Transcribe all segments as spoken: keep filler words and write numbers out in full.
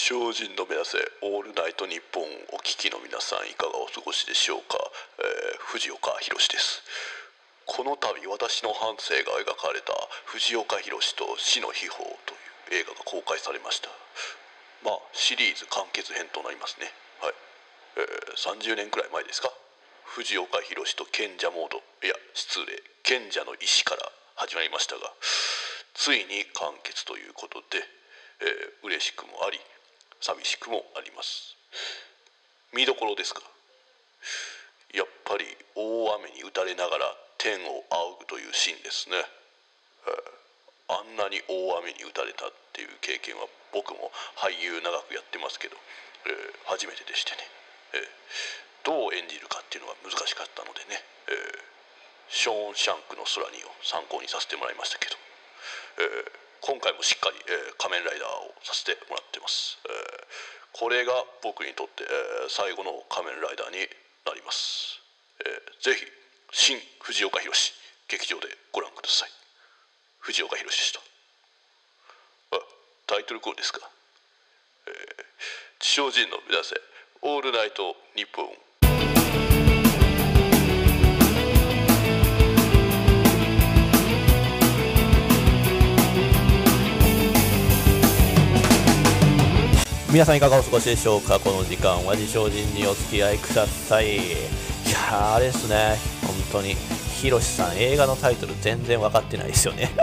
精進の目指せオールナイトニッポンお聞きの皆さんいかがお過ごしでしょうか、えー、藤岡弘です。この度私の半生が描かれた藤岡弘と死の秘宝という映画が公開されました。まあシリーズ完結編となりますね。はい、えー、さんじゅうねんくらい前ですか。藤岡弘と賢者モード、いや失礼賢者の意志から始まりましたが、ついに完結ということで、えー、嬉しくもあり寂しくもあります。見どころですか。やっぱり大雨に打たれながら天を仰ぐというシーンですね。あんなに大雨に打たれたっていう経験は僕も俳優長くやってますけど、えー、初めてでしてね、えー、どう演じるかっていうのが難しかったのでね、えー、ショーン・シャンクの空にを参考にさせてもらいましたけど、えー、今回もしっかり、えー、仮面ライダーをさせてもらってます。えー、これが僕にとって、えー、最後の仮面ライダーになります。えー、ぜひ新藤岡弘劇場でご覧ください。藤岡弘でした。あ、タイトルコールですか。えー、地上人の目指せオールナイトニッポン。皆さんいかがお過ごしでしょうか。この時間は自称人にお付き合いください。いやーあれですね、本当にひろしさん映画のタイトル全然分かってないですよね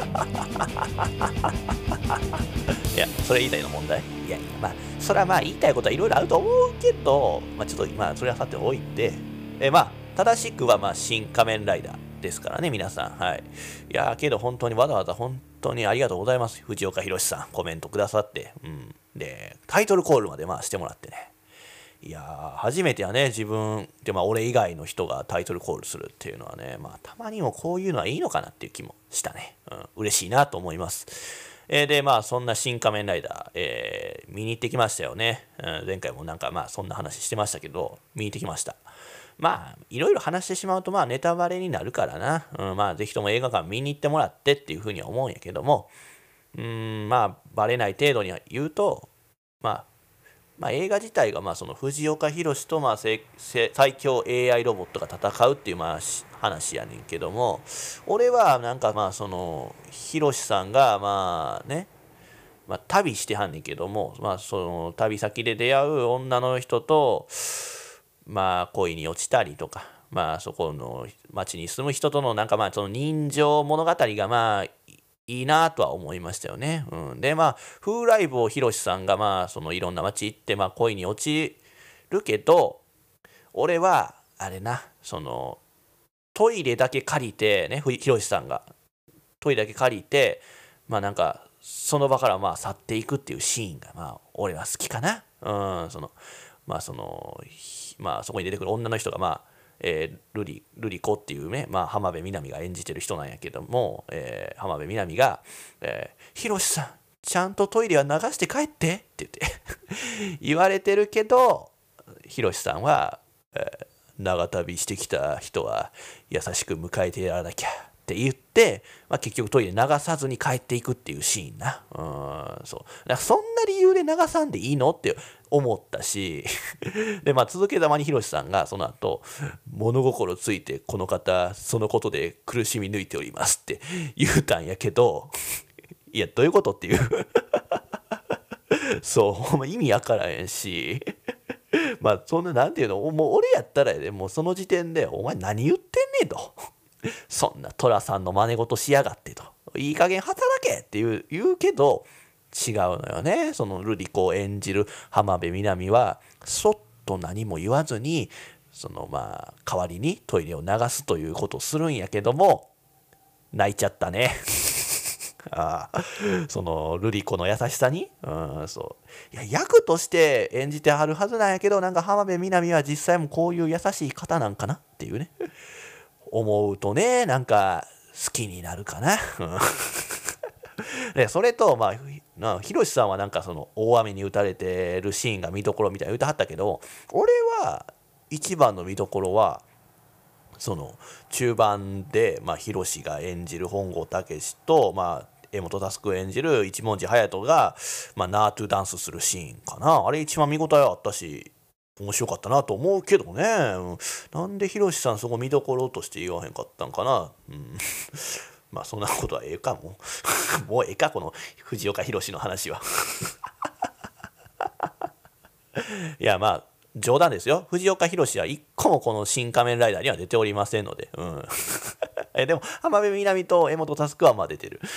いやそれ言いたいの問題。いやいやまあそれはまあ言いたいことはいろいろあると思うけど、まあちょっとまあそれはさておいて、えまあ正しくはまあ新仮面ライダーですからね皆さん。はい。いやーけど本当にわざわざ本当にありがとうございます。藤岡弘さんコメントくださって、うんでタイトルコールまでまあしてもらってね。いやー初めてはね、自分でまあ俺以外の人がタイトルコールするっていうのはね、まあたまにもこういうのはいいのかなっていう気もしたね。うん、嬉しいなと思います。えー、でまあそんな新仮面ライダー、えー、見に行ってきましたよね。うん、前回もなんかまあそんな話してましたけど、見に行ってきました。まあいろいろ話してしまうとまあネタバレになるからな、うん、まあぜひとも映画館見に行ってもらってっていうふうには思うんやけども、うーんまあバレない程度には言うと、まあまあ、映画自体がまあその藤岡弘とまあ最強 エーアイ ロボットが戦うっていうまあ話やねんけども、俺はなんかまあその弘さんがまあね、まあ、旅してはんねんけども、まあその旅先で出会う女の人とまあ恋に落ちたりとか、まあそこの町に住む人とのなんかまあその人情物語がまあいいなとは思いましたよね。うん、でまあ風来坊ひろしさんがまあそのいろんな街行ってまあ恋に落ちるけど、俺はあれな、そのトイレだけ借りてね、ひろしさんがトイレだけ借りてまあなんかその場からまあ去っていくっていうシーンがまあ俺は好きかな。うん、そのまあそのまあそこに出てくる女の人がまあえー、ルリルリコっていうね、まあ、浜辺美波が演じてる人なんやけども、えー、浜辺美波が「えー、ひろしさんちゃんとトイレは流して帰って」って言って言われてるけど、ひろしさんは、えー「長旅してきた人は優しく迎えてやらなきゃ」って言って、まあ、結局トイレ流さずに帰っていくっていうシーンな。うん、そう。だからそんな理由で流さんでいいのって思ったしで、まあ、続けざまにひろしさんがその後物心ついてこの方そのことで苦しみ抜いておりますって言うたんやけどいやどういうことっていうそうほんま意味わからへんしまあそんななんていうの、もう俺やったらやでもうその時点でお前何言ってんねんとそんな寅さんの真似事しやがってと、いい加減働けって言う、言うけど違うのよね。そのルリ子を演じる浜辺美波はそっと何も言わずにそのまあ代わりにトイレを流すということをするんやけども、泣いちゃったねああそのルリ子の優しさに、うん、そういや役として演じてはるはずなんやけど、なんか浜辺美波は実際もこういう優しい方なんかなっていうね思うとね、なんか好きになるかなでそれとまあひろしさんはなんかその大雨に打たれてるシーンが見どころみたいな言うてはったけど、俺は一番の見どころはその中盤でまあひろしが演じる本郷猛とまあ柄本佑演じる一文字隼人が、まあ、ナートゥダンスするシーンかな。あれ一番見応えあったし面白かったなと思うけどね、うん、なんでひろしさんそこ見どころとして言わへんかったんかな、うん、まあそんなことはええかもうもうええかこの藤岡弘の話はいやまあ冗談ですよ。藤岡弘は一個もこの新仮面ライダーには出ておりませんので、うん、えでも浜辺美波と柄本佑はまあ出てる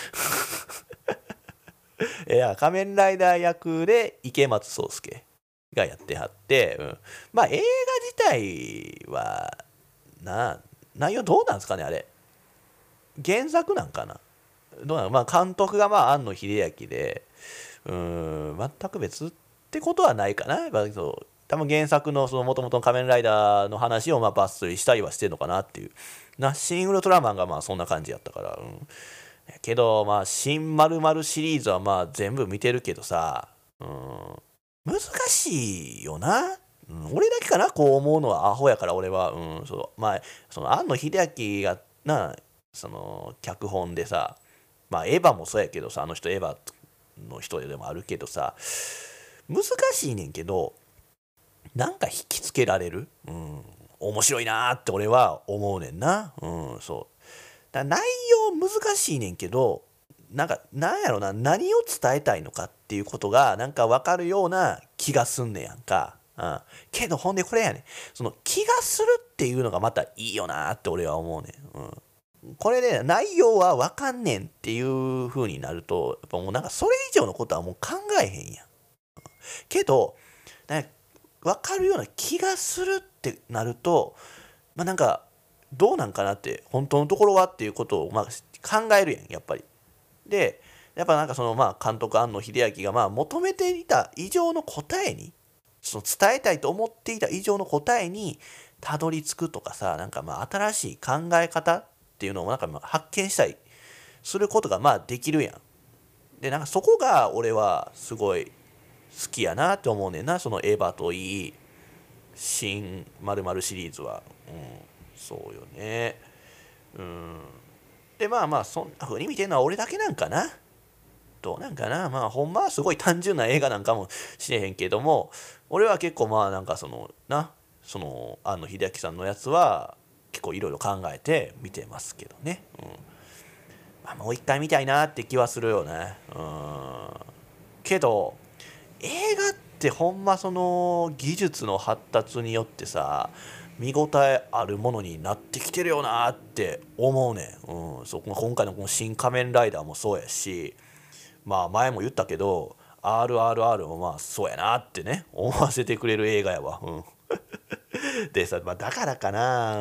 いや仮面ライダー役で池松壮亮がやってはって、うん、まあ映画自体はな内容どうなんですかねあれ原作なんかなどうなの、まあ、監督がまあ庵野秀明でうーん全く別ってことはないかな。やっぱそう多分原作のもともとの仮面ライダーの話をまあ抜粋したりはしてるのかなっていうな。シン・ウルトラマンがまあそんな感じやったから、うん、けどまあ新〇〇シリーズはまあ全部見てるけどさ、うん、難しいよな、うん、俺だけかなこう思うのはアホやから俺は、うん、そうまあその庵野秀明がなその脚本でさまあエヴァもそうやけどさあの人エヴァの人でもあるけどさ難しいねんけどなんか引きつけられる、うん、面白いなーって俺は思うねんな、うん、そうだ内容難しいねんけどなんかなんやろな何を伝えたいのかっていうことがなんか分かるような気がすんねやんか、うん、けどほんでこれやねんその気がするっていうのがまたいいよなって俺は思うねん、うん、これで、ね、内容は分かんねんっていう風になるとやっぱもうなんかそれ以上のことはもう考えへんやんけどなんか分かるような気がするってなるとまあなんかどうなんかなって本当のところはっていうことをまあ考えるやんやっぱり。でやっぱなんかそのまあ監督庵野秀明がまあ求めていた以上の答えにその伝えたいと思っていた以上の答えにたどり着くとかさなんかまあ新しい考え方っていうのをなんかまあ発見したりすることがまあできるやん。でなんかそこが俺はすごい好きやなって思うねんなそのエヴァといい新〇〇シリーズは、うん、そうよね。うんでまあまあそんな風に見てるのは俺だけなんかなどうなんかなまあほんまはすごい単純な映画なんかもしれへんけども俺は結構まあなんかそのなその庵野秀明さんのやつは結構いろいろ考えて見てますけどね、うんまあ、もう一回見たいなって気はするよね。うんけど映画ってほんまその技術の発達によってさ見応えあるものになってきてるよなって思うねん、うん、そう今回のこの「新仮面ライダー」もそうやしまあ前も言ったけど アールアールアール もまあそうやなってね思わせてくれる映画やわ、うん、でさ、まあ、だからかな、うん、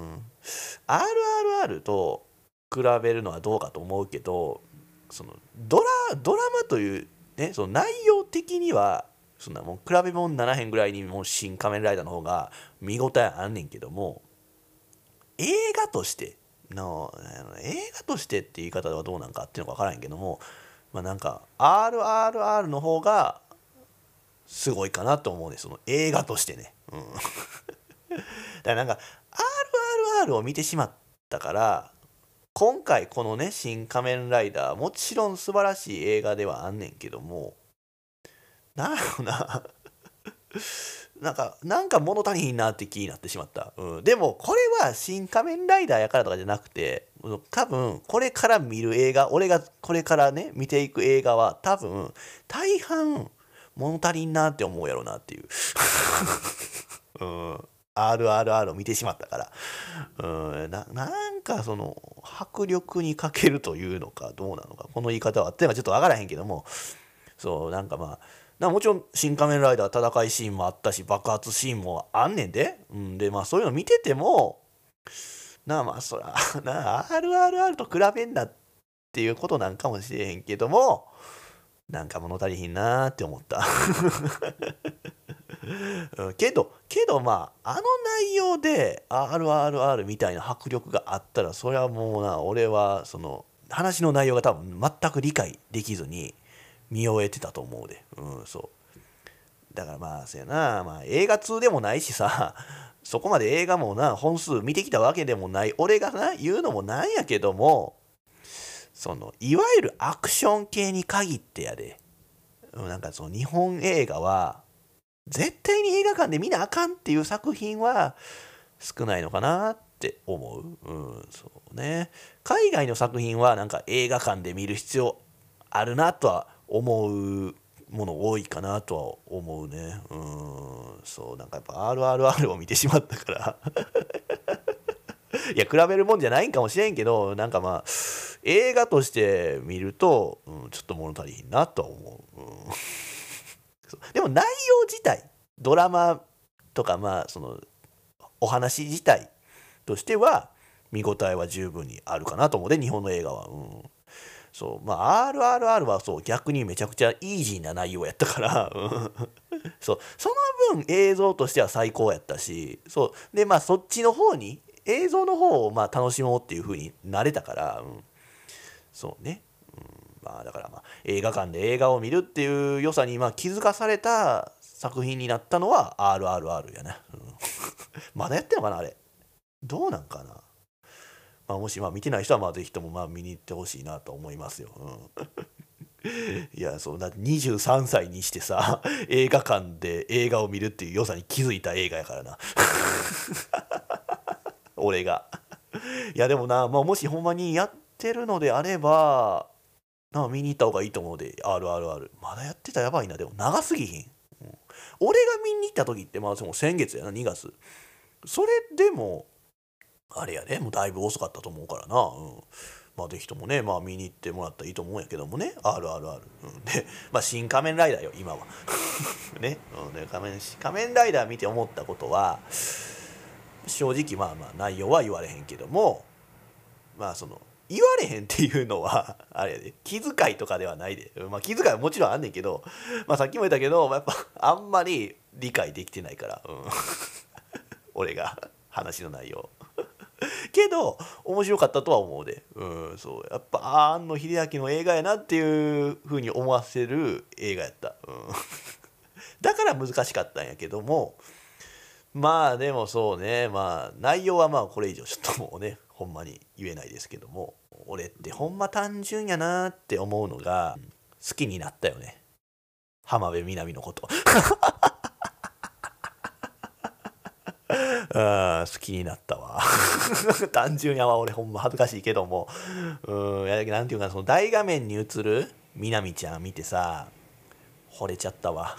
アールアールアール と比べるのはどうかと思うけどそのドラドラマというねその内容的にはそんなもう比べ物にならへんぐらいにもう新仮面ライダーの方が見応えあんねんけども映画としての映画としてって言い方はどうなんかっていうのか分からへんけどもまあなんか アールアールアール の方がすごいかなと思うねその映画としてね、うん、だからなんか アールアールアール を見てしまったから今回このね新仮面ライダーもちろん素晴らしい映画ではあんねんけどもなんやろななんかなんか物足りひんなって気になってしまった、うん、でもこれは新仮面ライダーやからとかじゃなくて多分これから見る映画俺がこれからね見ていく映画は多分大半物足りんなって思うやろなっていう、うん、アールアールアール を見てしまったから、うん、な, なんかその迫力に欠けるというのかどうなのかこの言い方はっていうのはちょっとわからへんけどもそうなんかまあなもちろん新仮面ライダー戦いシーンもあったし爆発シーンもあんねんで、うん、でまあそういうの見ててもなあまあそらなあ アールアールアール と比べんなっていうことなんかもしれへんけどもなんか物足りひんなーって思ったうんけどけどまああの内容で アールアールアール みたいな迫力があったらそれはもうな俺はその話の内容が多分全く理解できずに見終えてたと思うで、うん、そうだからまあそうやな、まあ、映画通でもないしさそこまで映画もな本数見てきたわけでもない俺がな言うのもなんやけどもそのいわゆるアクション系に限ってやで、なんかその日本映画は絶対に映画館で見なあかんっていう作品は少ないのかなって思う。うん、そうね。海外の作品はなんか映画館で見る必要あるなとは思うもの多いかなとは思うね。うん、そうなんかやっぱ アールアールアール を見てしまったからいや比べるもんじゃないんかもしれんけど、なんかまあ映画として見ると、うん、ちょっと物足りひんなとは思う。うん、そうでも内容自体、ドラマとかまあそのお話自体としては見応えは十分にあるかなと思うで、日本の映画は。うん、そうまあ アールアールアール はそう逆にめちゃくちゃイージーな内容やったからうんそうその分映像としては最高やったし、そうでまあそっちの方に映像の方をまあ楽しもうっていう風になれたから、うん、そうね、うん、まあだからまあ映画館で映画を見るっていう良さにまあ気づかされた作品になったのは アールアールアール やな、うん、まだやってんのかなあれ、どうなんかな。まあ、もしまあ見てない人はまあぜひともまあ見に行ってほしいなと思いますよ。うん、いやそうだってにじゅうさんさいにしてさ映画館で映画を見るっていう良さに気づいた映画やからな俺が。いやでもな、まあ、もしほんまにやってるのであればな見に行った方がいいと思うで。 アールアールアール まだやってたらやばいな。でも長すぎひん、うん、俺が見に行った時ってまあその先月やな、にがつ。それでもあれやね、もうだいぶ遅かったと思うからな。うん、まあぜひともね、まあ見に行ってもらったらいいと思うんやけどもね、アールアールアール。うん、で、まあ新仮面ライダーよ、今は。ね、うん、で仮面、仮面ライダー見て思ったことは、正直まあまあ内容は言われへんけども、まあその、言われへんっていうのは、あれやで、気遣いとかではないで。まあ気遣いはもちろんあんねんけど、まあさっきも言ったけど、やっぱあんまり理解できてないから、うん、俺が話の内容。けど面白かったとは思うで、うん、そうやっぱ庵野秀明の映画やなっていう風に思わせる映画やった、うん、だから難しかったんやけども、まあでもそうね、まあ内容はまあこれ以上ちょっともうねほんまに言えないですけども、俺ってほんま単純やなって思うのが好きになったよね、浜辺美波のことあ好きになったわ単純やわ俺ほんま恥ずかしいけども、うんやなんていうかその大画面に映るみなみちゃん見てさ惚れちゃったわ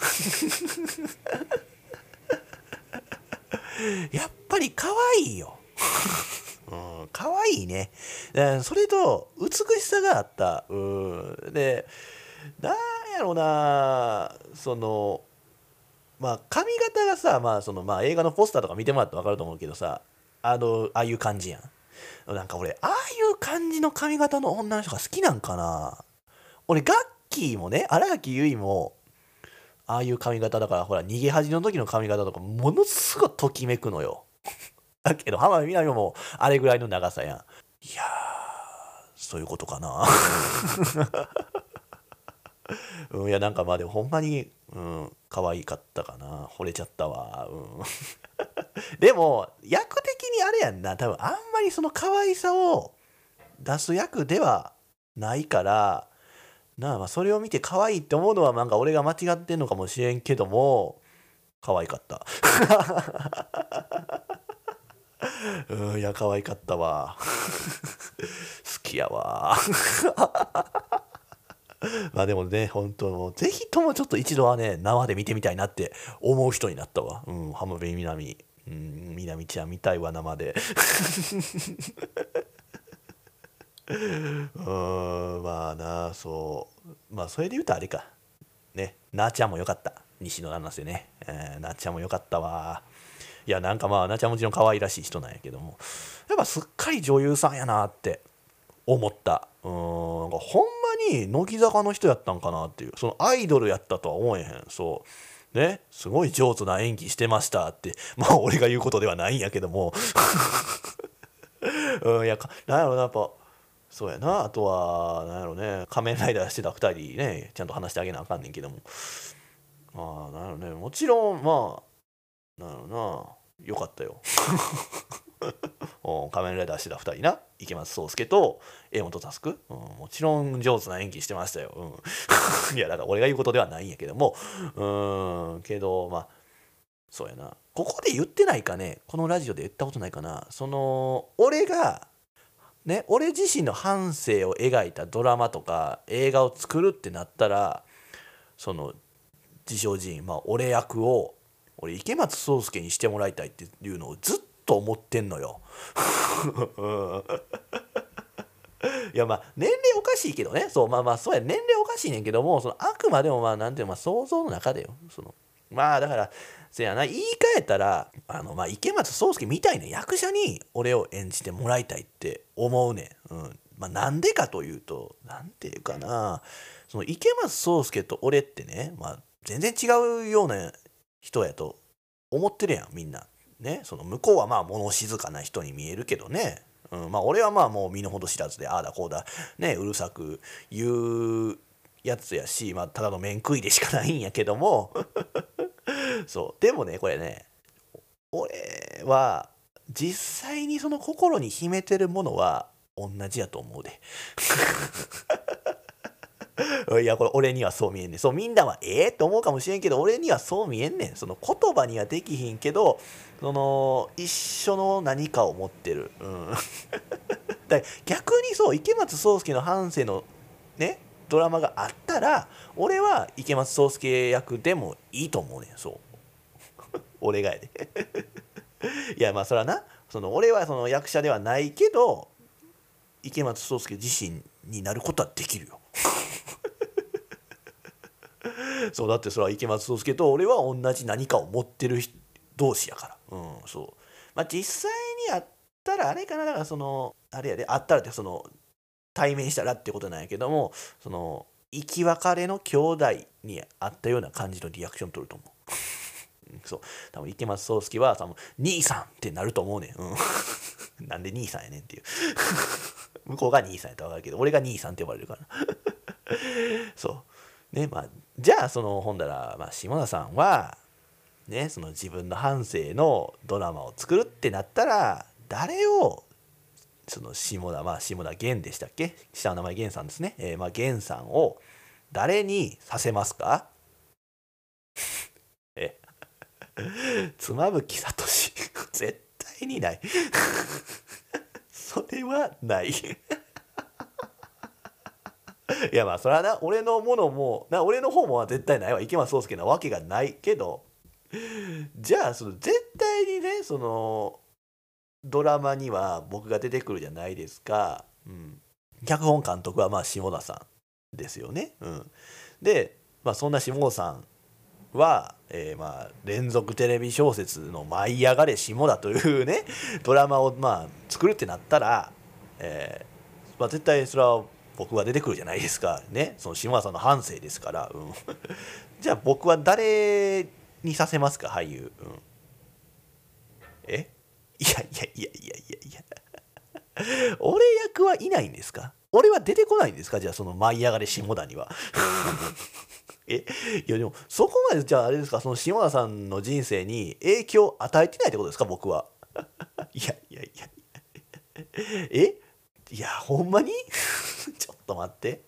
やっぱり可愛いようん、可愛いね。それと美しさがあった。うん、でなんやろな、そのまあ髪型がさ、まあそのまあ映画のポスターとか見てもらって分かると思うけどさ、あのああいう感じやん。なんか俺ああいう感じの髪型の女の人が好きなんかな。俺ガッキーもね、新垣結衣もああいう髪型だから、ほら逃げ恥の時の髪型とかものすごいときめくのよ。だけど浜辺美波もあれぐらいの長さやん。いやーそういうことかな。うん、いやなんかまあでもほんまに、うん、可愛かったかな。惚れちゃったわ。うん、でも役的にあれやんな、多分あんまりその可愛さを出す役ではないからなあ、まあそれを見て可愛いって思うのはなんか俺が間違ってんのかもしれんけども可愛かったうんいや可愛かったわ好きやわまあでもね本当もうぜひともちょっと一度はね生で見てみたいなって思う人になったわ。うん、浜辺美波、うん、美波ちゃん見たいわ生でうんまあなそうまあそれで言うとあれかね、なあちゃんもよかった。西野七瀬ね、えー、なあちゃんもよかったわ。いやなんかまあなあちゃんもちろん可愛らしい人なんやけども、やっぱすっかり女優さんやなって思った。うーんなんかほんまに乃木坂の人やったんかなっていう、そのアイドルやったとは思えへん。そうね、すごい上手な演技してましたってまあ俺が言うことではないんやけどもうんいやなんやろな、やっぱそうやな。あとはなんやろね、仮面ライダーしてたふたりねちゃんと話してあげなあかんねんけども、まあなんやろね、もちろんまあなんやろなよかったよお仮面ライダーしてたふたりな、池松壮亮と柄本佑、うん、もちろん上手な演技してましたよ、うん、いやだから俺が言うことではないんやけども、うんけどまあそうやな、ここで言ってないかね、このラジオで言ったことないかな、その俺がね、俺自身の半生を描いたドラマとか映画を作るってなったら、その自称人、まあ俺役を俺池松壮亮にしてもらいたいっていうのをずっと思ってんのよ。いやまあ年齢おかしいけどね、そうまあまあそうや、年齢おかしいねんけども、そのあくまでもまあなんていうの、まあ想像の中でよ、そのまあだからせやな、言い換えたらあのまあ池松壮亮みたいな役者に俺を演じてもらいたいって思うねん。うん、まあなんでかというと、なんていうかな、その池松壮亮と俺ってね、まあ全然違うような人やと思ってるやんみんな。ね、その向こうはまあ物静かな人に見えるけどね、うん、まあ俺はまあもう身の程知らずでああだこうだねうるさく言うやつやし、まあただの面食いでしかないんやけどもそうでもねこれね、俺は実際にその心に秘めてるものは同じやと思うでいやこれ俺にはそう見えんねん。そうみんなはええー、って思うかもしれんけど、俺にはそう見えんねん。その言葉にはできひんけど、その一緒の何かを持ってる。うん、だ逆にそう池松壮亮の半生のねドラマがあったら、俺は池松壮亮役でもいいと思うねん。そう俺がやでいやまあそれはな、その俺はその役者ではないけど池松壮亮自身になることはできるよそうだってそれは池松壮亮と俺は同じ何かを持ってる同士やから、うん、そうまあ実際にあったらあれかな、だからそのあれやで、あったらってその対面したらってことなんやけども、その生き別れの兄弟にあったような感じのリアクション取ると思うそう多分池松壮亮は多分兄さんってなると思うねん、うん、なんで兄さんやねんっていう向こうが兄さんやったら分かるけど、俺が兄さんって呼ばれるからそうね、まあじゃあそのほんだら、まあ、下田さんはねその自分の半生のドラマを作るってなったら誰をその下田まあ下田源でしたっけ、下の名前源さんですね、えー、まあ源さんを誰にさせますかえ妻夫木聡絶対にないそれはないいやまあそれはな俺のものもな俺の方も絶対ないわ、池松壮亮なわけがないけど、じゃあその絶対にねそのドラマには僕が出てくるじゃないですか、うん、脚本監督はまあ下田さんですよね、うん、で、まあ、そんな下田さんは、えー、まあ連続テレビ小説の「舞い上がれ下田」というねドラマをまあ作るってなったら、えーまあ、絶対それは僕が出てくるじゃないですかね、その下田さんの半生ですから、うん、じゃあ僕は誰にさせますか俳優、うん、えいやいやいやいやいやいや俺役はいないんですか、俺は出てこないんですか、じゃあその舞い上がれ下田にはえいやでもそこまでじゃああれですか、その下田さんの人生に影響を与えてないってことですか僕はいやいやいやえいやほんまにちょっと待って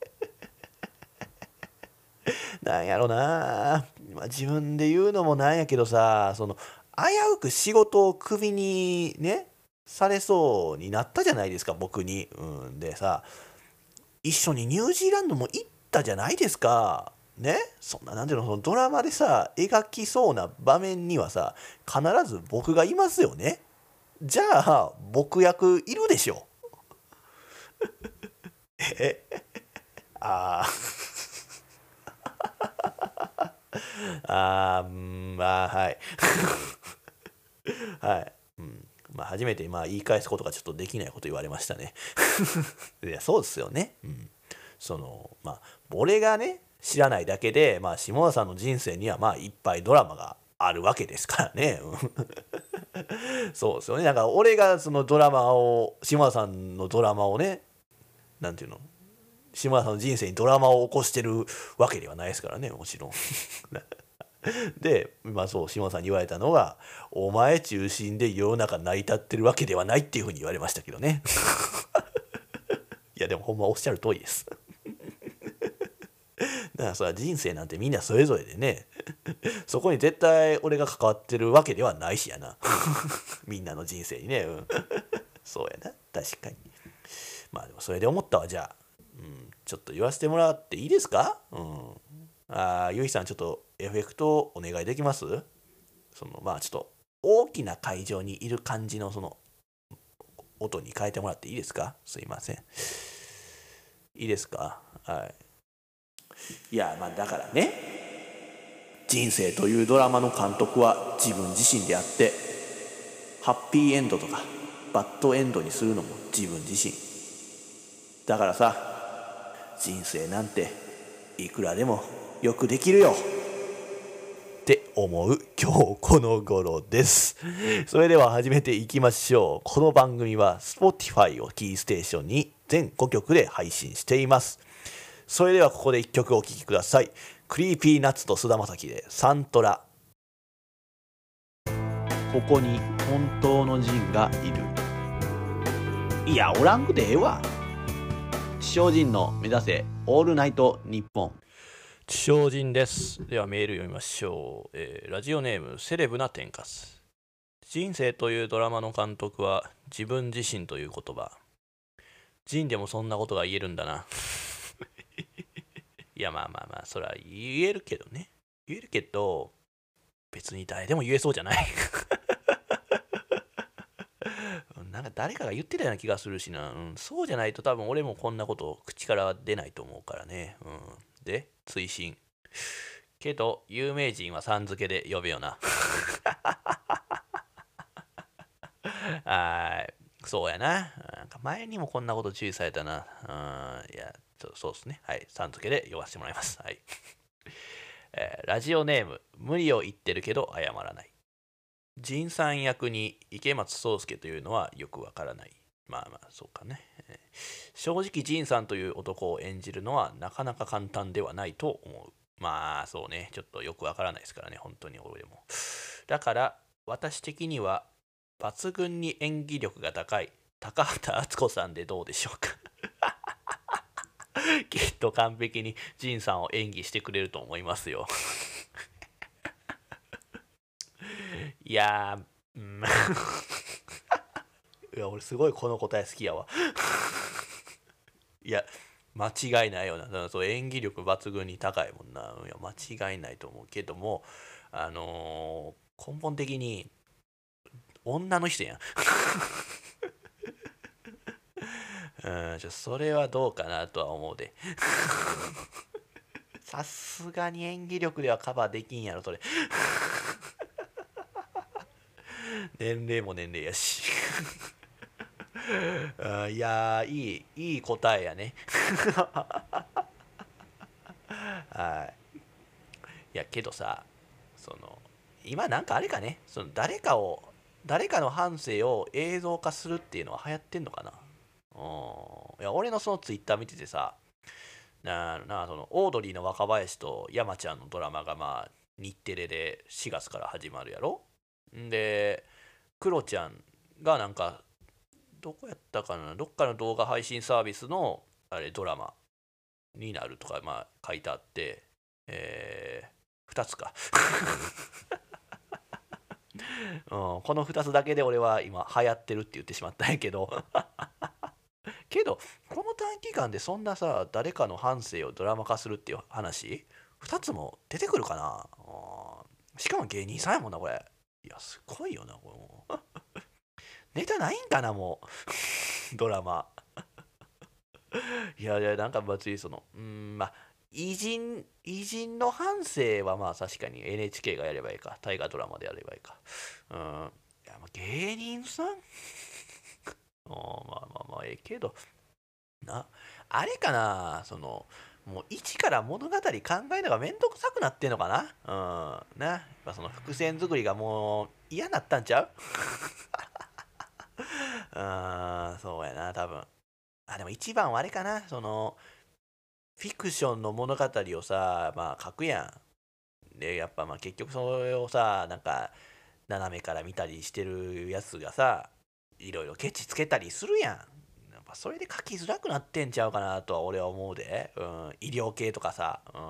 なんやろな、まあ、自分で言うのもなんやけどさ、その危うく仕事をクビにねされそうになったじゃないですか僕に、うん、でさ一緒にニュージーランドも行ったじゃないですかね、そんななんていうの、そのドラマでさ描きそうな場面にはさ必ず僕がいますよね、じゃあ僕役いるでしょえあーあーうんまあはいはい、うんまあ、初めてまあ言い返すことがちょっとできないこと言われましたねいやそうですよね、うん、そのまあ俺がね知らないだけで、まあ、下田さんの人生にはまあいっぱいドラマがあるわけですからねそうですよね、だから俺がそのドラマを下田さんのドラマをねなんていうの下田さんの人生にドラマを起こしてるわけではないですからねもちろんで、まあそう、下さんに言われたのが、お前中心で世の中成り立ってるわけではないっていうふうに言われましたけどね。いやでもほんまおっしゃる通りです。だからそれは人生なんてみんなそれぞれでね、そこに絶対俺が関わってるわけではないしやな。みんなの人生にね、うん、そうやな、確かに。まあでもそれで思ったわ、じゃあ、うん、ちょっと言わせてもらっていいですか？うん。ああ、ゆいさんちょっとエフェクトお願いできます？そのまあちょっと大きな会場にいる感じのその音に変えてもらっていいですか？すいません。いいですか？はい。いや、まあだからね、人生というドラマの監督は自分自身であって、ハッピーエンドとかバッドエンドにするのも自分自身。だからさ、人生なんていくらでもよくできるよって思う今日この頃です。それでは始めていきましょう。この番組は Spotify をキーステーションに全ごきょくで配信しています。それではここでいっきょくお聴きください。クリーピーナッツと菅田将暉でサントラ。ここに本当のジンがいる。いや、おらんくてええわ。地上人の目指せオールナイトニッポン。地上人です。ではメール読みましょう。えーラジオネームセレブな天かす。人生というドラマの監督は自分自身という言葉。ジンでもそんなことが言えるんだな。いやまあまあまあ、それは言えるけどね。言えるけど、別に誰でも言えそうじゃない。なんか誰かが言ってたような気がするしな、うん、そうじゃないと多分俺もこんなこと口から出ないと思うからね、うん、で追伸けど有名人はさん付けで呼べよな。あーそうやな、なんか前にもこんなこと注意されたな、うん、いやそうですね、はいさん付けで呼ばせてもらいます。はい、えーラジオネーム無理を言ってるけど謝らない。仁さん役に池松壮亮というのはよくわからない。まあまあそうかね。えー正直仁さんという男を演じるのはなかなか簡単ではないと思う。まあそうね、ちょっとよくわからないですからね、本当に俺も。だから私的には抜群に演技力が高い高畑敦子さんでどうでしょうか。きっと完璧に仁さんを演技してくれると思いますよ。いやー、うん、いや俺すごいこの答え好きやわ。いや間違いないよな。だからそう演技力抜群に高いもんな。いや間違いないと思うけども、あのー根本的に女の人やん。うん、ちょそれはどうかなとは思うで。さすがに演技力ではカバーできんやろそれ。年齢も年齢やし。あいやーいいいい答えやね。はい。いやけどさ、その今なんかあれかね、その誰かを誰かの半生を映像化するっていうのは流行ってんのかな。うん。いや俺のそのツイッター見ててさ、ななそのオードリーの若林と山ちゃんのドラマがまあ日テレでしがつから始まるやろ。んでクロちゃんがなんかどこやったかな、どっかの動画配信サービスのあれドラマになるとかまあ書いてあって、えー、ふたつか。うん、このふたつだけで俺は今流行ってるって言ってしまったんやけど。けどこの短期間でそんなさ誰かの半生をドラマ化するっていう話ふたつも出てくるかな。うん、しかも芸人さんやもんなこれ。いやすごいよなこれもう。ネタないんかなもう。ドラマ。いやいやなんか別にそのうんまあ偉人偉人の半生はまあ確かに エヌエイチケー がやればいいか、大河ドラマでやればいいか。うん、いやまあ芸人さん。まあまあまあええけどな、あれかな、そのもう一から物語考えるのがめんどくさくなってんのかな。うんな、やっぱその伏線作りがもう嫌になったんちゃう。うんそうやな多分。あでも一番はあれかな、そのフィクションの物語をさまあ書くやでやっぱまあ結局それをさなんか斜めから見たりしてるやつがさいろいろケチつけたりするやん。やっぱそれで書きづらくなってんちゃうかなとは俺は思うで、うん、医療系とかさ、うん、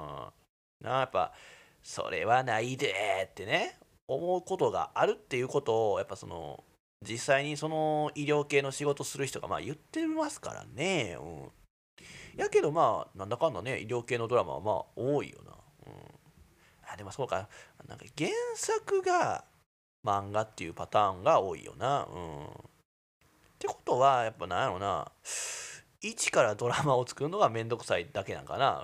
なやっぱそれはないでってね思うことがあるっていうことをやっぱその実際にその医療系の仕事する人がまあ言ってますからね、うん、やけどまあなんだかんだね医療系のドラマはまあ多いよな、うん、あでもそうかなんか原作が漫画っていうパターンが多いよな、うん、ってことはやっぱなんやろな一からドラマを作るのがめんどくさいだけなんかな、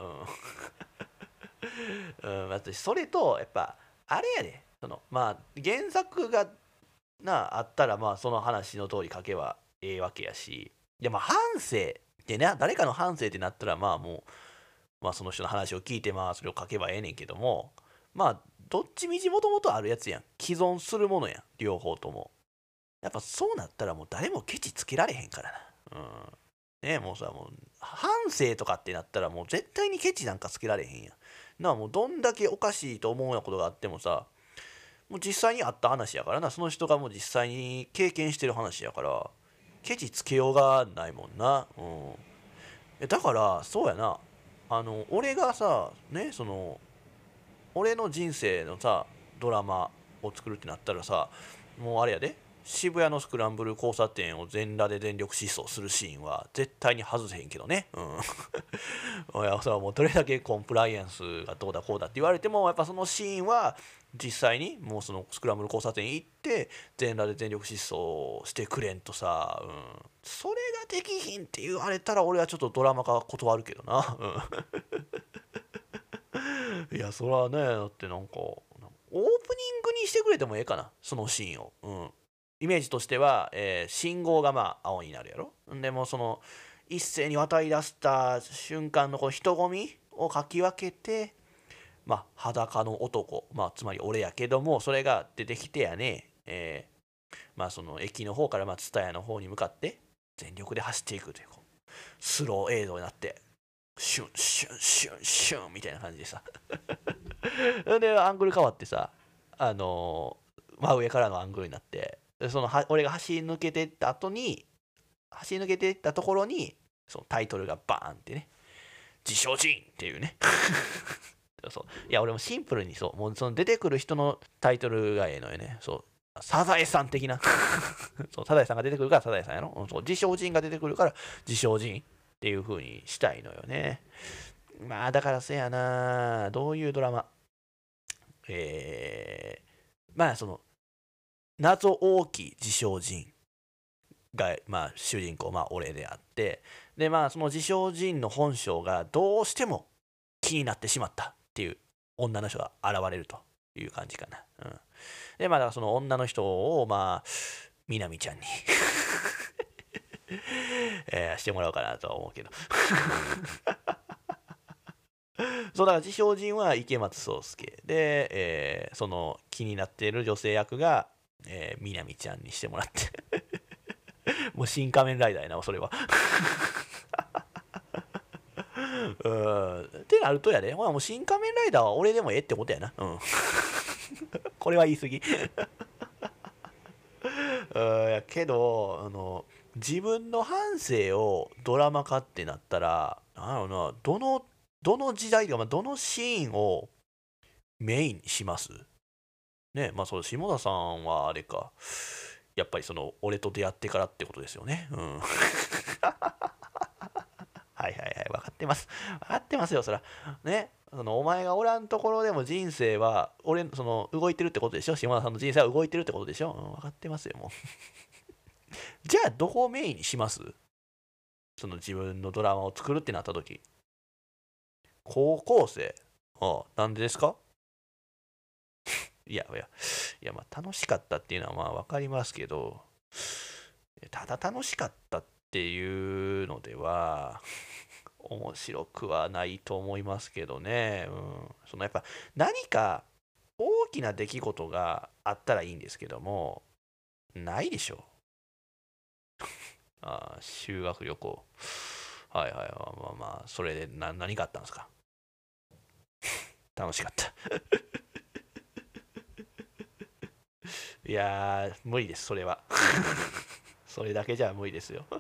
うん、うん、私それとやっぱあれやでそのまあ原作がなあったらまあその話の通り書けばええわけやしでも反省でね誰かの反省ってなったらまあもうまあその人の話を聞いてまあそれを書けばええねんけどもまあどっちみちもともとあるやつやん既存するものやん両方ともやっぱそうなったらもう誰もケチつけられへんからなうんねもうさもう反省とかってなったらもう絶対にケチなんかつけられへんやんなあもうどんだけおかしいと思うようなことがあってもさもう実際にあった話やからなその人がもう実際に経験してる話やからケチつけようがないもんな、うん、えだからそうやなあの俺がさねその俺の人生のさドラマを作るってなったらさもうあれやで渋谷のスクランブル交差点を全裸で全力疾走するシーンは絶対に外せへんけどね、うん、いやそれはもうどれだけコンプライアンスがどうだこうだって言われてもやっぱそのシーンは実際にもうそのスクランブル交差点行って全裸で全力疾走してくれんとさ、うん、それができひんって言われたら俺はちょっとドラマ化断るけどな、うん、いやそれはねだってなんかオープニングにしてくれてもええかなそのシーンを、うん、イメージとしては、えー信号がまあ青になるやろでもその一斉に渡り出した瞬間のこの人混みをかき分けてまあ裸の男、まあ、つまり俺やけどもそれが出てきてやね、えーまあその駅の方からまあ蔦屋の方に向かって全力で走っていくというこうスロー映像になってシュンシュンシュンシュンみたいな感じでさでアングル変わってさあのー真上からのアングルになってそのは俺が走り抜けていった後に走り抜けていったところにそのタイトルがバーンってね自称人っていうねそういや俺もシンプルにそうもうその出てくる人のタイトルがええのよねそうサザエさん的なそうサザエさんが出てくるからサザエさんやろ、うん、そう自称人が出てくるから自称人っていう風にしたいのよねまあだからせやなどういうドラマえー、まあその謎多き自称人が、まあ、主人公、まあ、俺であってでまあその自称人の本性がどうしても気になってしまったっていう女の人が現れるという感じかな、うん、でまあだからその女の人をまあみなみちゃんにえーしてもらおうかなとは思うけどそうだから自称人は池松壮亮で、えーその気になっている女性役が、えー、みなみちゃんにしてもらってもう新仮面ライダーやなそれはうんってなるとやで、まあ、もう新仮面ライダーは俺でもええってことやな、うん、これは言い過ぎうんやけどあの自分の半生をドラマ化ってなったらなんだろうなどのどの時代とか、まあ、どのシーンをメインにしますねまあそう下田さんはあれかやっぱりその俺と出会ってからってことですよねうんはいはいはい分かってます分かってますよそらねそのお前がおらんところでも人生は俺その動いてるってことでしょ下田さんの人生は動いてるってことでしょ、うん、分かってますよもうじゃあどこをメインにしますその自分のドラマを作るってなった時高校生ああなんでですかいやいやいやまあ楽しかったっていうのはまあ分かりますけどただ楽しかったっていうのでは面白くはないと思いますけどね、うん、そのやっぱ何か大きな出来事があったらいいんですけどもないでしょあ修学旅行はいはいまあまあそれでな何かあったんですか楽しかったいやー無理です、それは。それだけじゃ無理ですよ。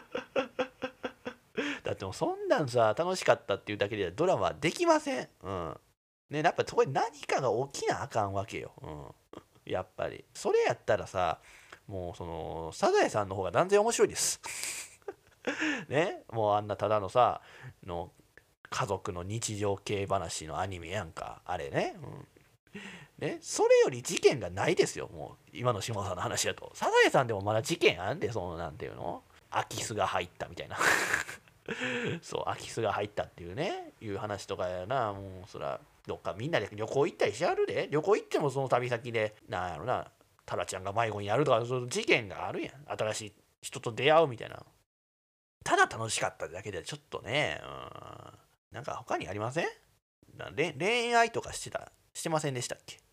だってもうそんなんさ、楽しかったっていうだけではドラマはできません。うん。ね、やっぱそこに何かが起きなあかんわけよ。うん。やっぱり。それやったらさ、もうその、サザエさんの方が断然面白いです。ね、もうあんなただのさ、の家族の日常系話のアニメやんか。あれね。うん。ね、それより事件がないですよ、もう今の下田さんの話だと。サザエさんでもまだ事件あんで、そのなんていうの、空き巣が入ったみたいな。そう、空き巣が入ったっていうね、いう話とかやな、もうそら、どっかみんなで旅行行ったりしはるで、旅行行ってもその旅先で、なんやろな、タラちゃんが迷子になるとか、その事件があるやん、新しい人と出会うみたいな。ただ楽しかっただけで、ちょっとね、うん、なんか他にありません？恋愛とかしてた、してませんでしたっけ？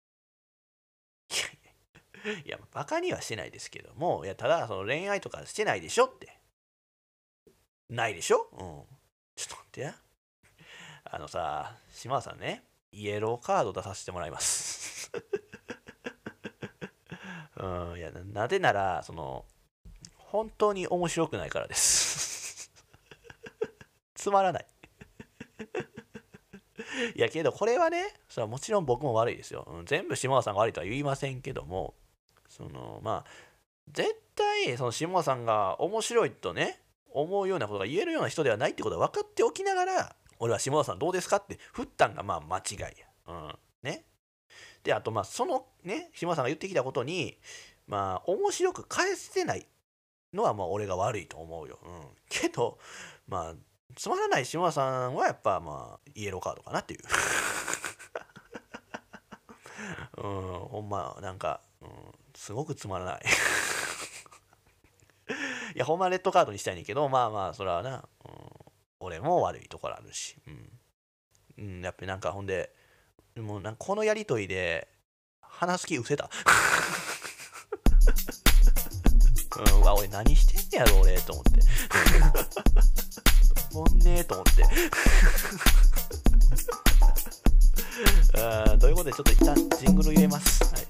いや、バカにはしてないですけども、いや、ただ、その恋愛とかしてないでしょって。ないでしょ？うん。ちょっと待ってや。あのさ、島田さんね、イエローカード出させてもらいます。うん、いや、なぜなら、その、本当に面白くないからです。つまらない。いやけど、これはね、それはもちろん僕も悪いですよ。うん、全部島田さんが悪いとは言いませんけども、その、まあ、絶対、その下田さんが面白いとね、思うようなことが言えるような人ではないってことは分かっておきながら、俺は下田さんどうですかって振ったんがまあ間違いや。うん。ね。で、あとまあそのね、下田さんが言ってきたことに、まあ面白く返せてないのはまあ俺が悪いと思うよ。うん。けど、まあ、つまらない下田さんはやっぱまあイエローカードかなっていう。うん、ほんま、なんか、うん、すごくつまらない。いや、ほんまレッドカードにしたいねんけど、まあまあ、それはな、うん、俺も悪いところあるし、うん。うん、やっぱりなんかほんで、もうなんかこのやりとりで、話す気失せた。うん、わ、俺何してんねやろ、俺、と思って。おもんねえと思って。あということで、ちょっと一旦ジングル入れます。はい。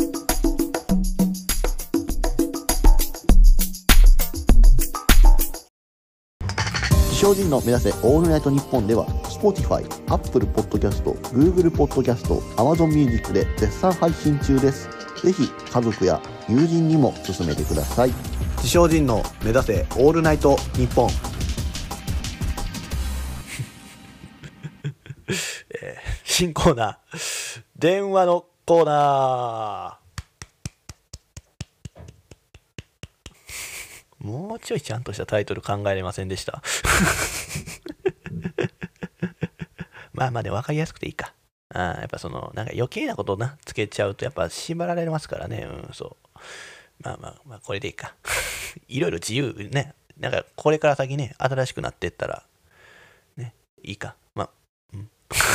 自称人の目指せオールナイトニッポンでは Spotify、Apple Podcast、Google Podcast、Amazon Music で絶賛配信中です。ぜひ家族や友人にも勧めてください。 自称人の目指せオールナイトニッポン。 えー、新コーナー、電話のコーナー。もうちょいちゃんとしたタイトル考えれませんでした。まあまあで分かりやすくていいか。あやっぱその、なんか余計なことをな、つけちゃうとやっぱ縛られますからね。うん、そう。まあまあまあ、これでいいか。いろいろ自由ね。なんかこれから先ね、新しくなっていったら、ね、いいか。まあ、うん。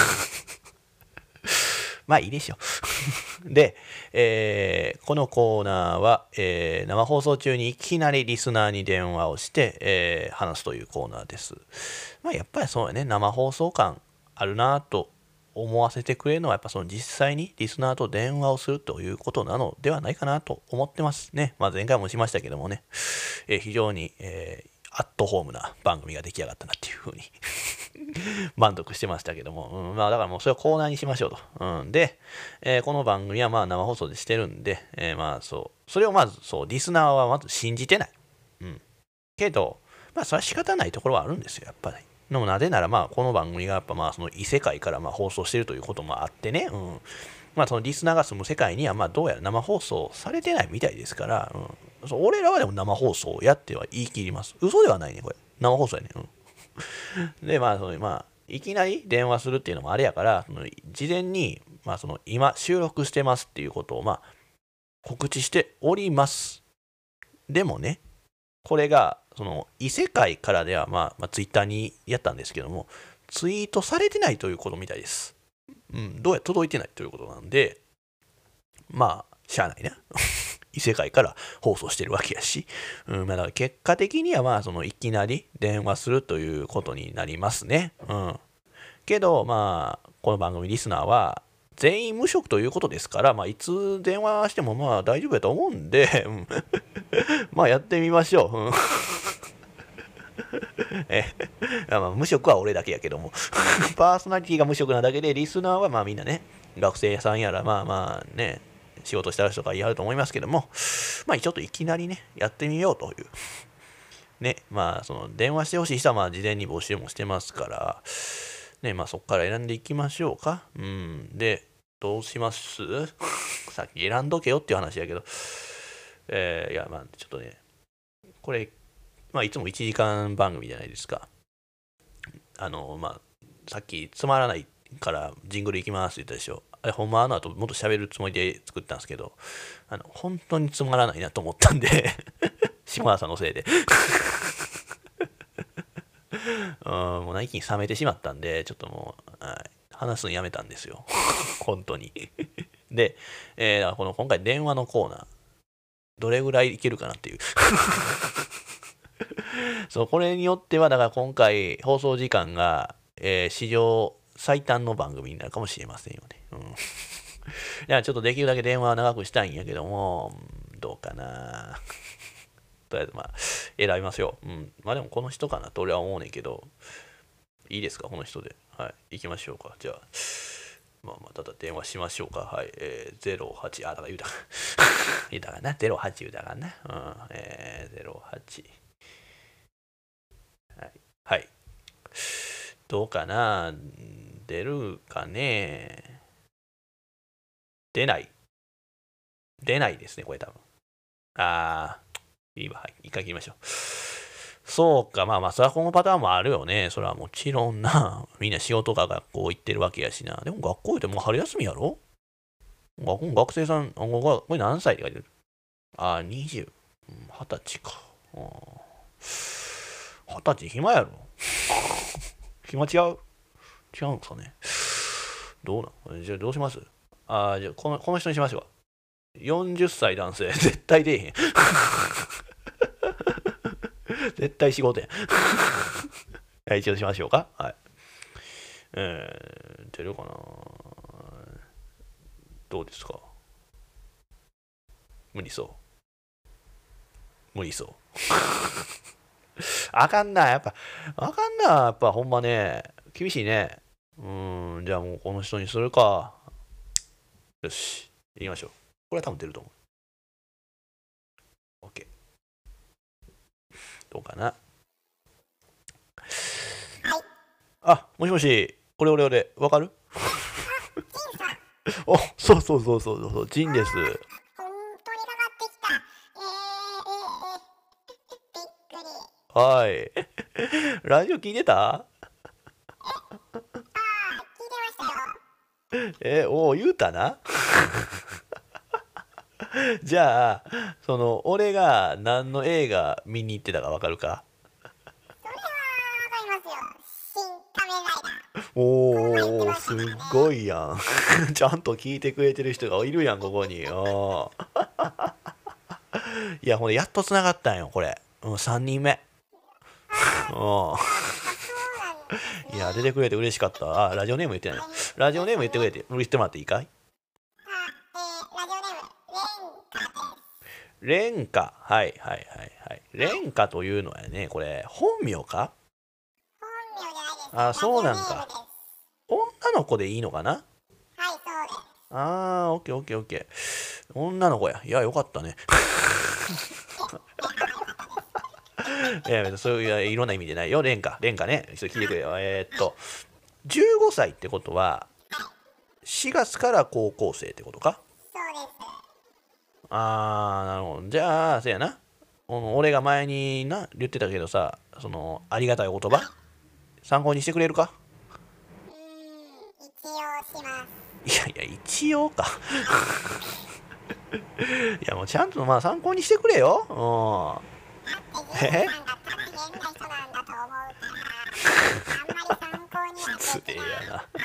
まあいいでしょう。で、えーこのコーナーは、えー生放送中にいきなりリスナーに電話をして、えー話すというコーナーです。まあやっぱりそうやね、生放送感あるなと思わせてくれるのは、やっぱその実際にリスナーと電話をするということなのではないかなと思ってますね。まあ前回もしましたけどもね、えー非常に、えーアットホームな番組が出来上がったなっていうふうに満足してましたけども、うん、まあだからもうそれをコーナーにしましょうと。うん、で、えーこの番組はまあ生放送でしてるんで、えーまあそう、それをまずそう、リスナーはまず信じてない。うん。けど、まあそれは仕方ないところはあるんですよ、やっぱり。でもなぜならまあこの番組がやっぱまあその異世界からまあ放送してるということもあってね、うん。まあそのリスナーが住む世界にはまあどうやら生放送されてないみたいですから、うん、そう俺らはでも生放送やっては言い切ります。嘘ではないね、これ。生放送やね。うん、で、まあその、まあ、いきなり電話するっていうのもあれやから、その事前に、まあその今収録してますっていうことをまあ告知しております。でもね、これがその異世界からではまあ、まあ、ツイッターにやったんですけども、ツイートされてないということみたいです。うん、どうやら届いてないということなんで、まあ、しゃあないね。異世界から放送してるわけやし、うん、まあだから結果的にはまあそのいきなり電話するということになりますね。うん。けどまあこの番組リスナーは全員無職ということですから、まあ、いつ電話してもまあ大丈夫やと思うんで、うん、まあやってみましょう。うんえまあ無職は俺だけやけどもパーソナリティが無職なだけで、リスナーはまあみんなね、学生さんやらまあまあね、仕事してある人がやると思いますけども、まあちょっといきなりねやってみようというね、まあその電話してほしい人はまあ事前に募集もしてますからね、まあそこから選んでいきましょうか。うん、でどうしますさっき選んどけよっていう話やけど、えー、いやまあちょっとね、これまあいつもいちじかん番組じゃないですか。あのまあさっきつまらないからジングルいきますって言ったでしょ。あれほんまあの後もっと喋るつもりで作ったんですけど、あの本当につまらないなと思ったんで島田さんのせいでうん、もう一気に冷めてしまったんで、ちょっともう、はい、話すのやめたんですよ本当にで、えー、この今回電話のコーナーどれぐらいいけるかなっていうそうこれによってはだから今回放送時間が、えー、史上最短の番組になるかもしれませんよね。うん、いやちょっとできるだけ電話は長くしたいんやけども、どうかな。とりあえずまあ選びますよ。うん、まあでもこの人かなと俺は思うねんけど、いいですかこの人で。はい、行きましょうか。じゃあ、まあまあただ電話しましょうか。はい、えー、ゼロはち、あ、だから言うたか。言うたかな。ゼロはち言うたかな。うん、えー、ゼロはち。はい。はい。どうかな、出るかね。出ない。出ないですね、これ多分。あー、いいわ。はい。一回切りましょう。そうか、まあまあ、それはこのパターンもあるよね。それはもちろんな。みんな仕事か学校行ってるわけやしな。でも学校行ってもう春休みやろ。学校学生さん、これ何歳って書いてる。あー、にじゅう。はたちか。はたち暇やろ。暇違う違うんですかね。どうなんじゃあどうします。ああ、じゃあこのこの人にしましょう。よんじゅっさい男性、絶対出えへん。絶対仕事やん。はい、一応しましょうか。はい。えー、出るかな。どうですか。無理そう。無理そう。あかんな、やっぱ、あかんな、やっぱほんまね、厳しいね。うーん、じゃあもうこの人にするか。よし、行きましょう。これは多分出ると思う。OK。どうかな。あ、もしもし、これ俺俺、わかるお、そうそうそうそうそう、ジンです。 本当にかかってきた。えー、えー、えー、びっくり。 はい。ラジオ聞いてた。 あー、聞いてましたよ。 え、おう、言うたな。じゃあ、その、俺が何の映画見に行ってたかわかるか。 それはわかりますよ。新仮面ライダー。 おー、すっごいやん。ちゃんと聞いてくれてる人がいるやん、ここに。おいや、ほんで、やっと繋がったんよ、これ。うん、さんにんめ。うん。いや、出てくれて嬉しかった。あ、ラジオネーム言ってないの。ラジオネーム言ってくれて、言ってもらっていいかい。 あ、えー、ラジオネーム、レンカです。 レンカ。はいはいはいはい。レンカというのはね、これ、本名か。 本名じゃないです。 あ、そうなんか。 ラジオネームです。 女の子でいいのかな。 はい、そうです。 あー、オッケーオッケーオッケー。女の子や。いや、よかったね。いや、そういういろんな意味でないよ。レンカ。レンカね。ちょっと聞いてくれよ。えー、っと、じゅうごさいってことは、しがつから高校生ってことか。 そうです。 あー、なるほど。じゃあ、せやな。俺が前にな、言ってたけどさ、その、ありがたいお言葉参考にしてくれるか。 うーん、一応します。 いやいや、一応か。いや、もうちゃんとまあ参考にしてくれよ。うん。えさんが大変な人なんだと思うから、あんまり参考には失礼できない。 やな。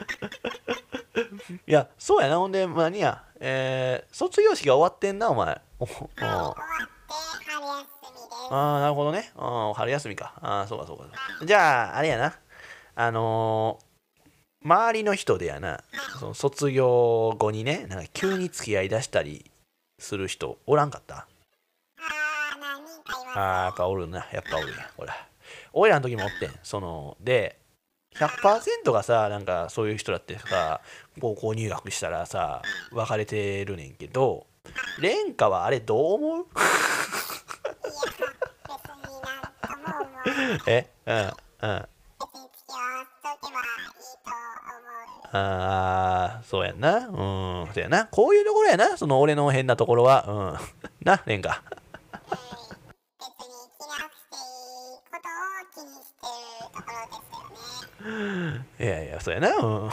いや、そうやな。ほんで、何や、えー、卒業式が終わってんな、お前。おおはい、終わって春休みです。 ああ、なるほどね。あ春休みか。ああ、そうかそうか。じゃあ、あれやな。あのー、 周りの人でやな、その卒業後にね、なんか急に付き合いだしたりする人おらんかった？ あー、何人かいます。 あー、やっぱおるな、やっぱおるんや、ほら。俺らの時もおってん、その、で、ひゃくパーセント がさ、なんかそういう人だってさ、高校入学したらさ、別れてるねんけど、蓮華はあれどう思う？ いや、別になんとも思う。 えうんうん。 別に付き合わせとけばいいと思う。 あー、そうやんな。うん、そうやな。こういうところやな、その俺の変なところは。うん。な、蓮華。 別に気がなくていいことを気にしてるところですよね。 いやいや、そうやな。うん。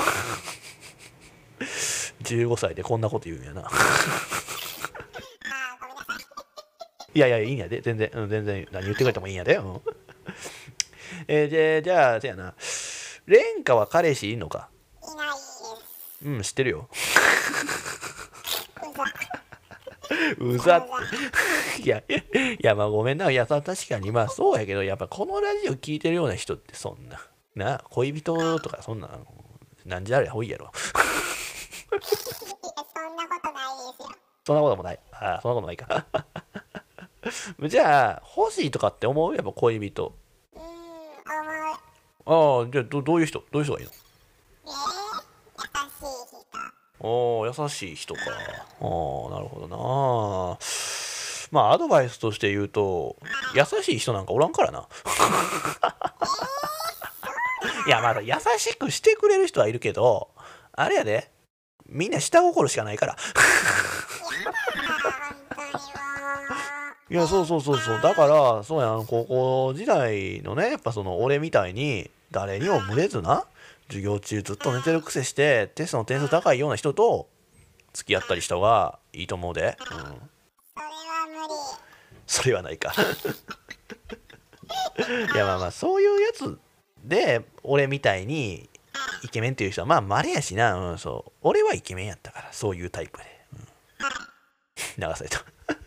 じゅうごさいでこんなこと言うんやな。 あー、ごめんなさい。 いやいや、いいんやで。全然、うん、全然、何言ってくれてもいいんやで。うん。えー、で、じゃあ、そうやな。蓮華は彼氏いんのか？ いないです。 うん、知ってるよ。 うざ。 うざって。いや、いや、まあごめんな。いや、さ確かに、まあそうやけど、やっぱこのラジオ聞いてるような人ってそんな、な、恋人とかそんな、なんじゃあれ多いやろ。 いや、そんなことないですよ。 そんなこともない。ああ、そんなことないか。じゃあ、欲しいとかって思う？やっぱ恋人。 うーん、思う。 ああ、じゃあど、どういう人どういう人がいいの？ えー、優しい人。 おー、優しい人か。ああ、なるほどな。まあ、アドバイスとして言うと、優しい人なんかおらんからな。いや、まだ優しくしてくれる人はいるけど、あれやで、みんな下心しかないから。 あー、本当にもう。 いや、そうそうそうそう。だから、そうやん、高校時代のね、やっぱその俺みたいに、誰にも群れずな、授業中ずっと寝てるくせして、テストの点数高いような人と付き合ったりした方がいいと思うで。うん。 それは無理。 それはないか。いや、まあまあ、そういうやつで、俺みたいにイケメンっていう人は、まあ、稀やしな、うん、そう。俺はイケメンやったから、そういうタイプで。うん、流された。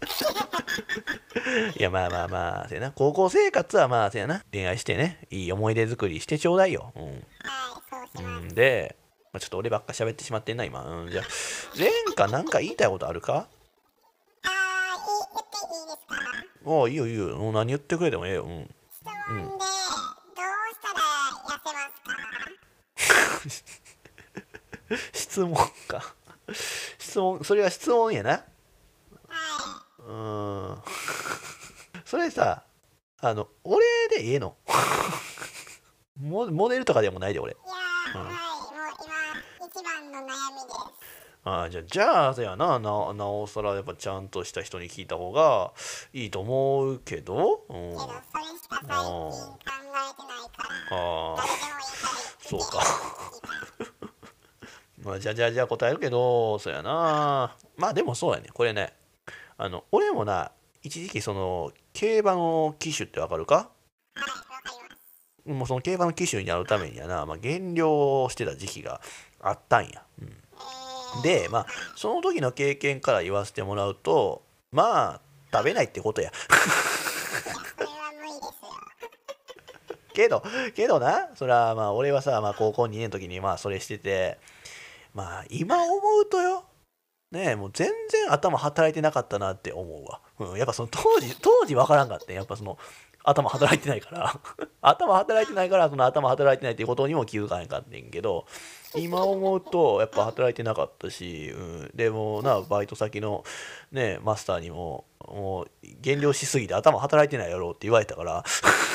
いや、まあまあまあ、せやな。高校生活はまあ、せやな。恋愛してね、いい思い出作りしてちょうだいよ。うん。 はい、そうします。 うん、で、まあ、ちょっと俺ばっか喋ってしまってんな、今。うん、じゃあ、蓮華なんか言いたいことあるか？ あー、い言っていいですか？ おういいよいいよ。もう何言ってくれてもええよ。うん。 質問で、どうしたら痩せますか？ 質問か。質問、それは質問やな。 はうーん。それさ、あの、俺でええの？モモデルとかでもないで、俺。 い。いやー、 うんはい、もう今、一番の悩みです。 ああ、じゃあ、じゃあ、そうやな、な、なおさらやっぱちゃんとした人に聞いた方がいいと思うけど、うん。 けど、それしか最近考えてないから、 ああ、 誰でもいいからそうか。まあ、じゃあ、じゃあ、じゃあ答えるけど、そうやな。まあ、でもそうやね。これね、あの、俺もな、一時期その、競馬の騎手ってわかるか？ はい、わかります。 もうその競馬の騎手になるためにはな、まあ、減量してた時期があったんや。うん、 えー、 で、まあ、その時の経験から言わせてもらうと、まあ、食べないってことや。 それは無理ですよ。 けど、けどな、それはまあ、俺はさ、まあ、高校にねんの時にまあ、それしてて、まあ、今思うとよ、ねえ、もう全然頭働いてなかったなって思うわ。うん、やっぱその当時、当時わからんかってん、やっぱその、頭働いてないから、頭働いてないから、その頭働いてないっていうことにも気づかへんかってんけど、今思うと、やっぱ働いてなかったし、うん、でもな、バイト先のね、マスターにも、もう、減量しすぎて頭働いてないやろって言われたから、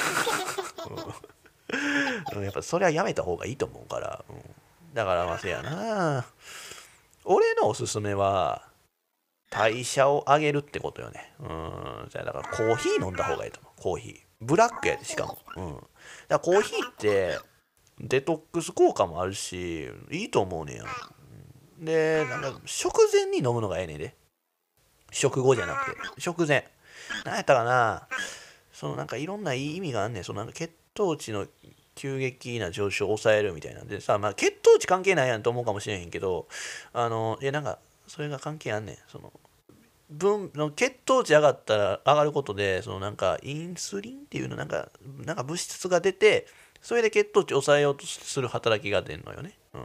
うん、やっぱそれはやめた方がいいと思うから、うん、だからまあせやな。俺のおすすめは、代謝を上げるってことよね。うん。じゃあだからコーヒー飲んだ方がいいと思う。コーヒー。ブラックやで、しかも。うん。だからコーヒーって、デトックス効果もあるし、いいと思うねや。で、なんか、食前に飲むのがええねんで。食後じゃなくて。食前。なんやったかな、そのなんかいろんないい意味があんねん。そのなんか血糖値の急激な上昇を抑えるみたいなんでさ、まあ、血糖値関係ないやんと思うかもしれへんけど、あの、いやなんか、それが関係あんねん。その分の血糖値上がったら上がることで、そのなんかインスリンっていうのなんかなんか物質が出て、 それで血糖値を抑えようとする働きが出るのよね。うん、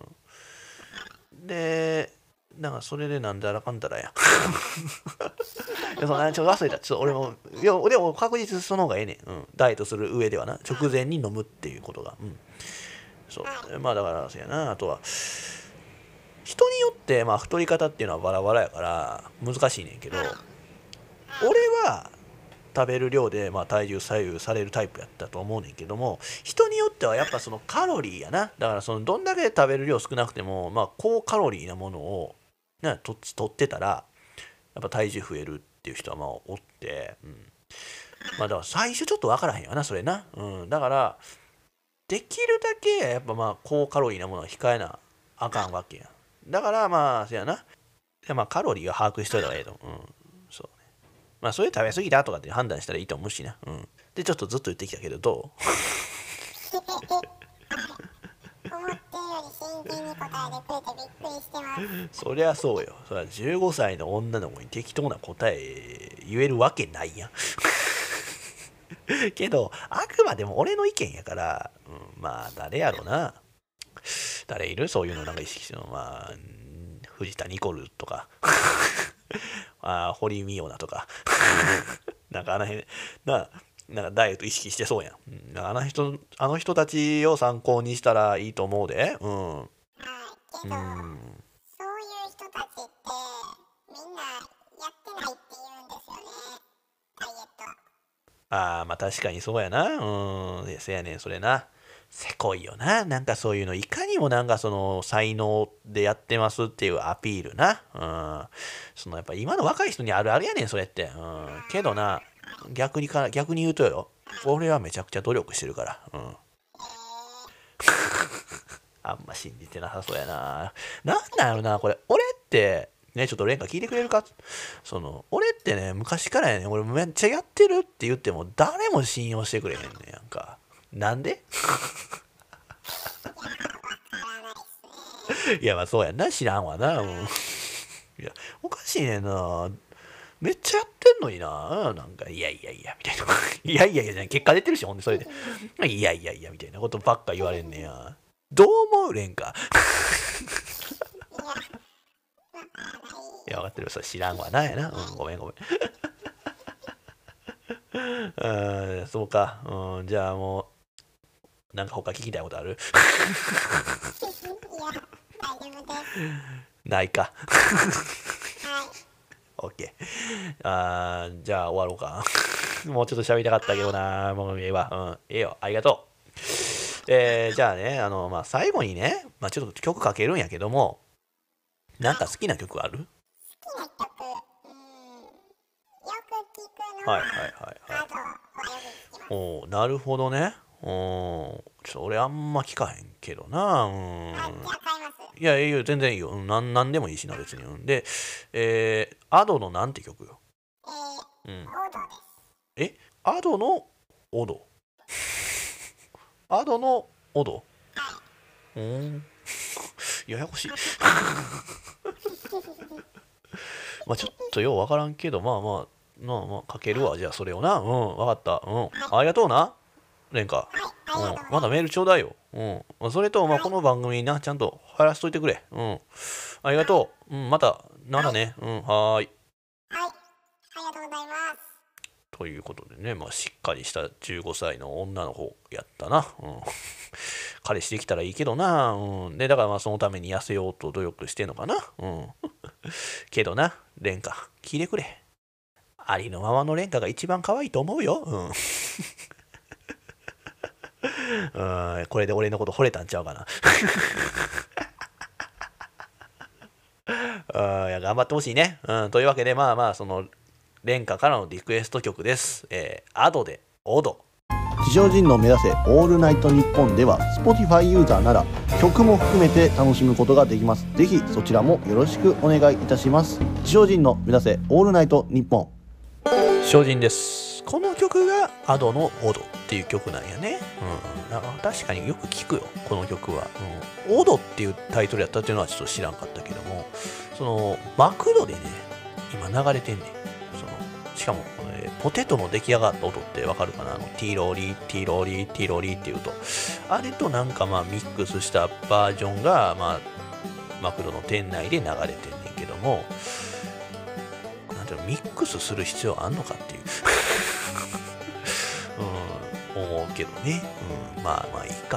で、だからそれでなんだらかんだらや。いやそのちょっと忘れた。ちょっと俺も、いや、でも確実にその方がええねん。うん、ダイエットする上ではな。直前に飲むっていうことが。うん、そう。まあだから、そうやな。あとは、人によって、まあ、太り方っていうのはバラバラやから難しいねんけど、俺は食べる量で、まあ、体重左右されるタイプやったと思うねんけども、人によってはやっぱそのカロリーやな。だからそのどんだけ食べる量少なくても、まあ、高カロリーなものを、ね、と取ってたらやっぱ体重増えるっていう人はまあおって、うん、まあだから最初ちょっと分からへんよなそれな、うん、だからできるだけやっぱまあ高カロリーなものは控えなあかんわけや。だからまあそやな、まあカロリーは把握しといた方がいいと、うん、そうね。まあそれ食べ過ぎたとかって判断したらいいと思うしな、うん、でちょっとずっと言ってきたけどどう思ってるより真剣に答えてくれてびっくりしてます。 そりゃそうよ。そりゃじゅうごさいの女の子に適当な答え言えるわけないやん。けどあくまでも俺の意見やから、うん、まあ誰やろな。誰いるそういうのなんか意識してるの。まあ藤田ニコルとかあ堀美央奈とかなんかあの辺ななんかダイエット意識してそうやん。うん、あの人あの人たちを参考にしたらいいと思うで。うん。 はい。けど、うん、そういう人たちってみんなやってないって言うんですよね。ダイエット。 ああまあ確かにそうやな。うん。せやねんそれな。せこいよな。なんかそういうのいかにもなんかその才能でやってますっていうアピールな。うん。そのやっぱ今の若い人にあるあるやねんそれって。うん。けどな。逆にか逆に言うとよ、俺はめちゃくちゃ努力してるから、うん、あんま信じてなさそうやな。なんなんやろなこれ。俺ってね、ちょっとレンカ聞いてくれるか。その俺ってね昔からやねん、俺めっちゃやってるって言っても誰も信用してくれへんねんやんか。なんで？いやまあそうやんな、知らんわな、うん、いやおかしいねんな。めっちゃやってんのにな。なんか、いやいやいや、みたいな。いやいやいやじゃん、結果出てるし、ほんで、それで。いやいやいや、みたいなことばっか言われんねや。どう思うれんか。いや、分かってる。それ知らんわなやな。うん、ごめんごめん。うん、そうか。うん、じゃあもう、なんか他聞きたいことある？ いや、大丈夫です。 ないか。 はい。 オッケー。あーじゃあ終わろうか。もうちょっと喋りたかったけどな。もうええわ。うん。ええよ。ありがとう。えー、じゃあね、あの、まあ、最後にね、まあ、ちょっと曲かけるんやけども、なんか好きな曲ある？ 好きな曲、うーん、よく聞くのは、 はいはいはいはい。 アドはよく聞きます。 おー、なるほどね。うん。ちょっと俺あんま聞かへんけどな。うん。 はい、じゃあ買います。 いや、いいよ。全然いいよ。うん、なん、なんでもいいしな、別に。うんで、えー、アドのなんて曲よ。 えー、 うん。 オドです。 えアドのオドアドのオドうーんややこしいまあちょっとようわからんけど、まあまあまあまあかけるわ。じゃあそれをな。うんわかった。うんありがとうなレンカ。うんまだメールちょうだいよ。うんそれとまあこの番組になちゃんと入らせといてくれ。うんありがとう。うんまたならね。うんはーい。 はい、ありがとうございます。 ということでね、まあ、しっかりしたじゅうごさいの女の子やったな。うん、彼氏できたらいいけどな。うん、でだからまあそのために痩せようと努力してんのかな。うん、けどな、レンカ、聞いてくれ。ありのままのレンカが一番可愛いと思うよ。うんうん、これで俺のこと惚れたんちゃうかな。うん、いや頑張ってほしいね。うん、というわけでまあまあそのレンカからのリクエスト曲です。えー、アドでオド。 地上人の目指せオールナイトニッポンでは Spotify ユーザーなら曲も含めて楽しむことができます。ぜひそちらもよろしくお願いいたします。地上人の目指せオールナイトニッポン。 精進です。この曲がアドのオドっていう曲なんやね。うん、なんか確かによく聞くよこの曲は。うん、オドっていうタイトルやったっていうのはちょっと知らんかったけども、そのマクドでね今流れてんねん。そのしかも、えーポテトの出来上がった音ってわかるかな？あのティーローリーティーローリーティーローリーっていうと、あれとなんかまあミックスしたバージョンがまあマクドの店内で流れてんねんけども、なんていうの、ミックスする必要あんのかっていううん、思うけどね、うん、まあまあいいか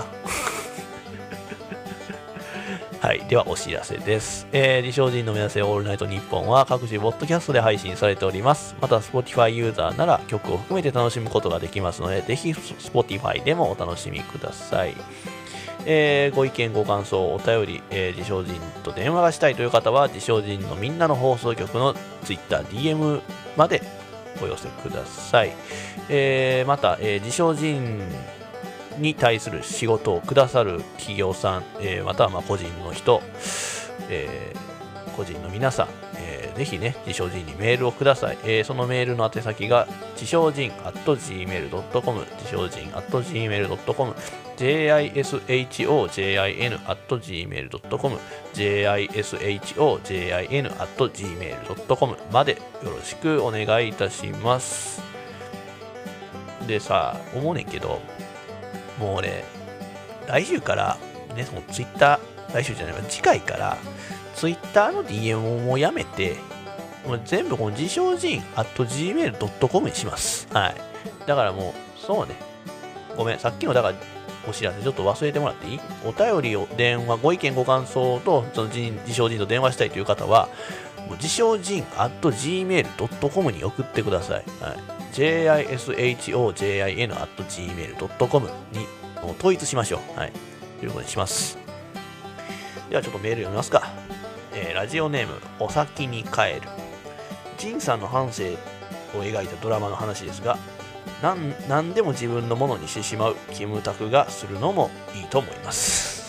はい、ではお知らせです。えー、自称人の目指せオールナイトニッポンは各種ポッドキャストで配信されております。また Spotify ユーザーなら曲を含めて楽しむことができますので、ぜひ Spotify でもお楽しみください。えー、ご意見ご感想お便り、えー、自称人と電話がしたいという方は自称人のみんなの放送局の Twitter、ディーエム までお寄せください。えー、また、えー、自称人に対する仕事をくださる企業さん、えー、またはまあ個人の人、えー、個人の皆さん、えー、ぜひね、自称人にメールをください。えー、そのメールの宛先が、自称人 アットジーメールドットコム、自称人 アットジーメールドットコム、ジェイアイエスエイチオージェイアイエヌ アットジーメールドットコム、ジェイアイエスエイチオージェイアイエヌ アットジーメールドットコム までよろしくお願いいたします。でさ、思うねんけど、もう俺、来週から、ね、そのツイッター、来週じゃないわ、次回から、ツイッターの ディーエム をもうやめて、もう全部この自称人 アットジーメールドットコム にします。はい。だからもう、そうね。ごめん、さっきの、だから、お知らせちょっと忘れてもらっていい？お便りを、電話、ご意見ご感想と、その自称人と電話したいという方は、もう自称人 アットジーメールドットコム に送ってください。はい。ジェイアイエスエイチオージェイアイエヌ アットジーメールドットコム に統一しましょう。はい。ということにします。ではちょっとメール読みますか。えー、ラジオネーム、お先に帰る。ジンさんの半生を描いたドラマの話ですが、なん何でも自分のものにしてしまうキムタクがするのもいいと思います。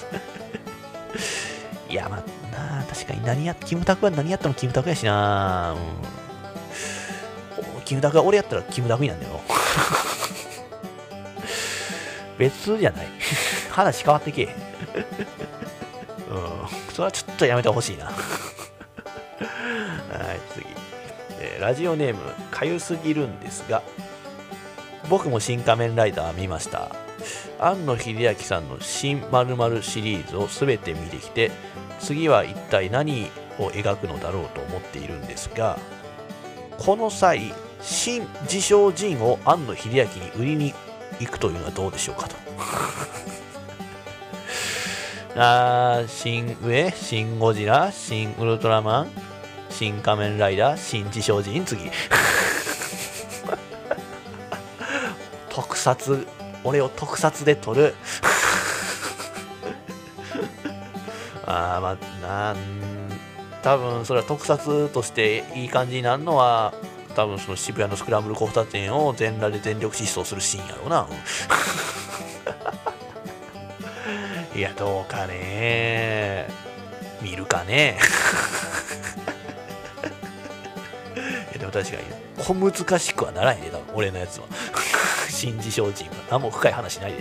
いや、まあ、なあ、確かに何や、キムタクは何やったのキムタクやしな、うんキムタクが俺やったらキムタクになんだよ。別じゃない。話変わってけえ。うん。それはちょっとやめてほしいな。はい、次、えー。ラジオネーム、かゆすぎるんですが、僕も新仮面ライダー見ました。庵野秀明さんの新〇〇シリーズをすべて見てきて、次は一体何を描くのだろうと思っているんですが、この際、新自称人を庵野秀明に売りに行くというのはどうでしょうかと。あー、新上、新ゴジラ、新ウルトラマン、新仮面ライダー、新自称人、次。特撮、俺を特撮で撮る。あー、まあ、なん、多分それは特撮としていい感じになるのは、多分その渋谷のスクランブル交差点を全裸で全力疾走するシーンやろうな。いや、どうかね、見るかね。いやでも確かに小難しくはならんね、多分俺のやつは。新自称人は何も深い話ないで。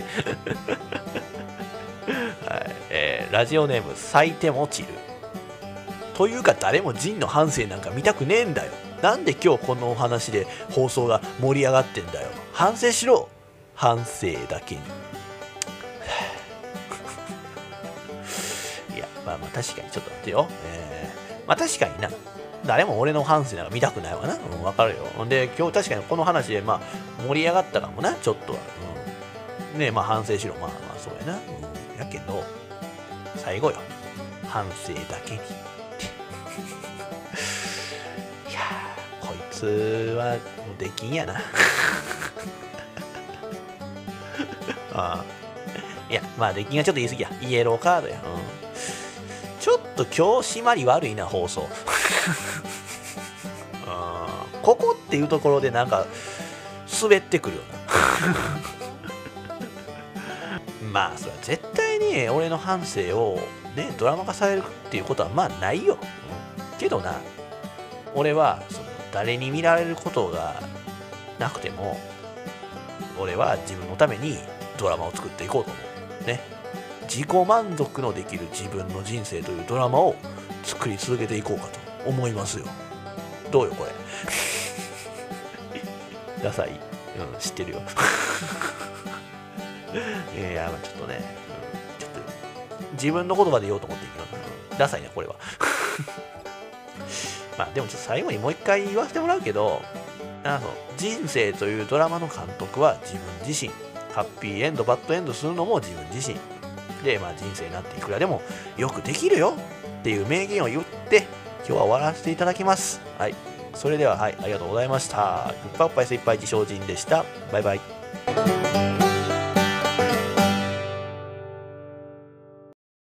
はい、えー、ラジオネーム、咲いても散る。というか誰もジンの半生なんか見たくねえんだよ。なんで今日このお話で放送が盛り上がってんだよ。反省しろ、反省だけに。いや、まあまあ確かにちょっと待ってよ。えー、まあ確かにな、誰も俺の反省なんか見たくないわな。うん、わかるよ。で、今日確かにこの話でまあ盛り上がったかもな、ちょっとは。うん、ねえ、まあ反省しろ。まあまあそうやな。うん、やけど、最後よ。反省だけに。こいつはもうできんやな。ああ、いや、まあできんがちょっと言い過ぎや。イエローカードや。うん、ちょっと今日締まり悪いな、放送。あ、ここっていうところでなんか滑ってくるよな。まあそれは絶対に俺の反省をねドラマ化されるっていうことはまあないよ。うん、けどな、俺はその誰に見られることがなくても、俺は自分のためにドラマを作っていこうと思うね。自己満足のできる自分の人生というドラマを作り続けていこうかと思いますよ。どうよこれ。 ダサい、うん、知ってるよ。いや、まあちょっとね、うん、ちょっと自分の言葉で言おうと思っていきます。ダサいね、これは。まあでもちょっと最後にもう一回言わせてもらうけど、あの人生というドラマの監督は自分自身、ハッピーエンドバッドエンドするのも自分自身で、まあ、人生なんていくらでもよくできるよっていう名言を言って今日は終わらせていただきます。はい、それでは、はい、ありがとうございました。いっぱいおっぱい精いっぱい自称人でした。バイバイ。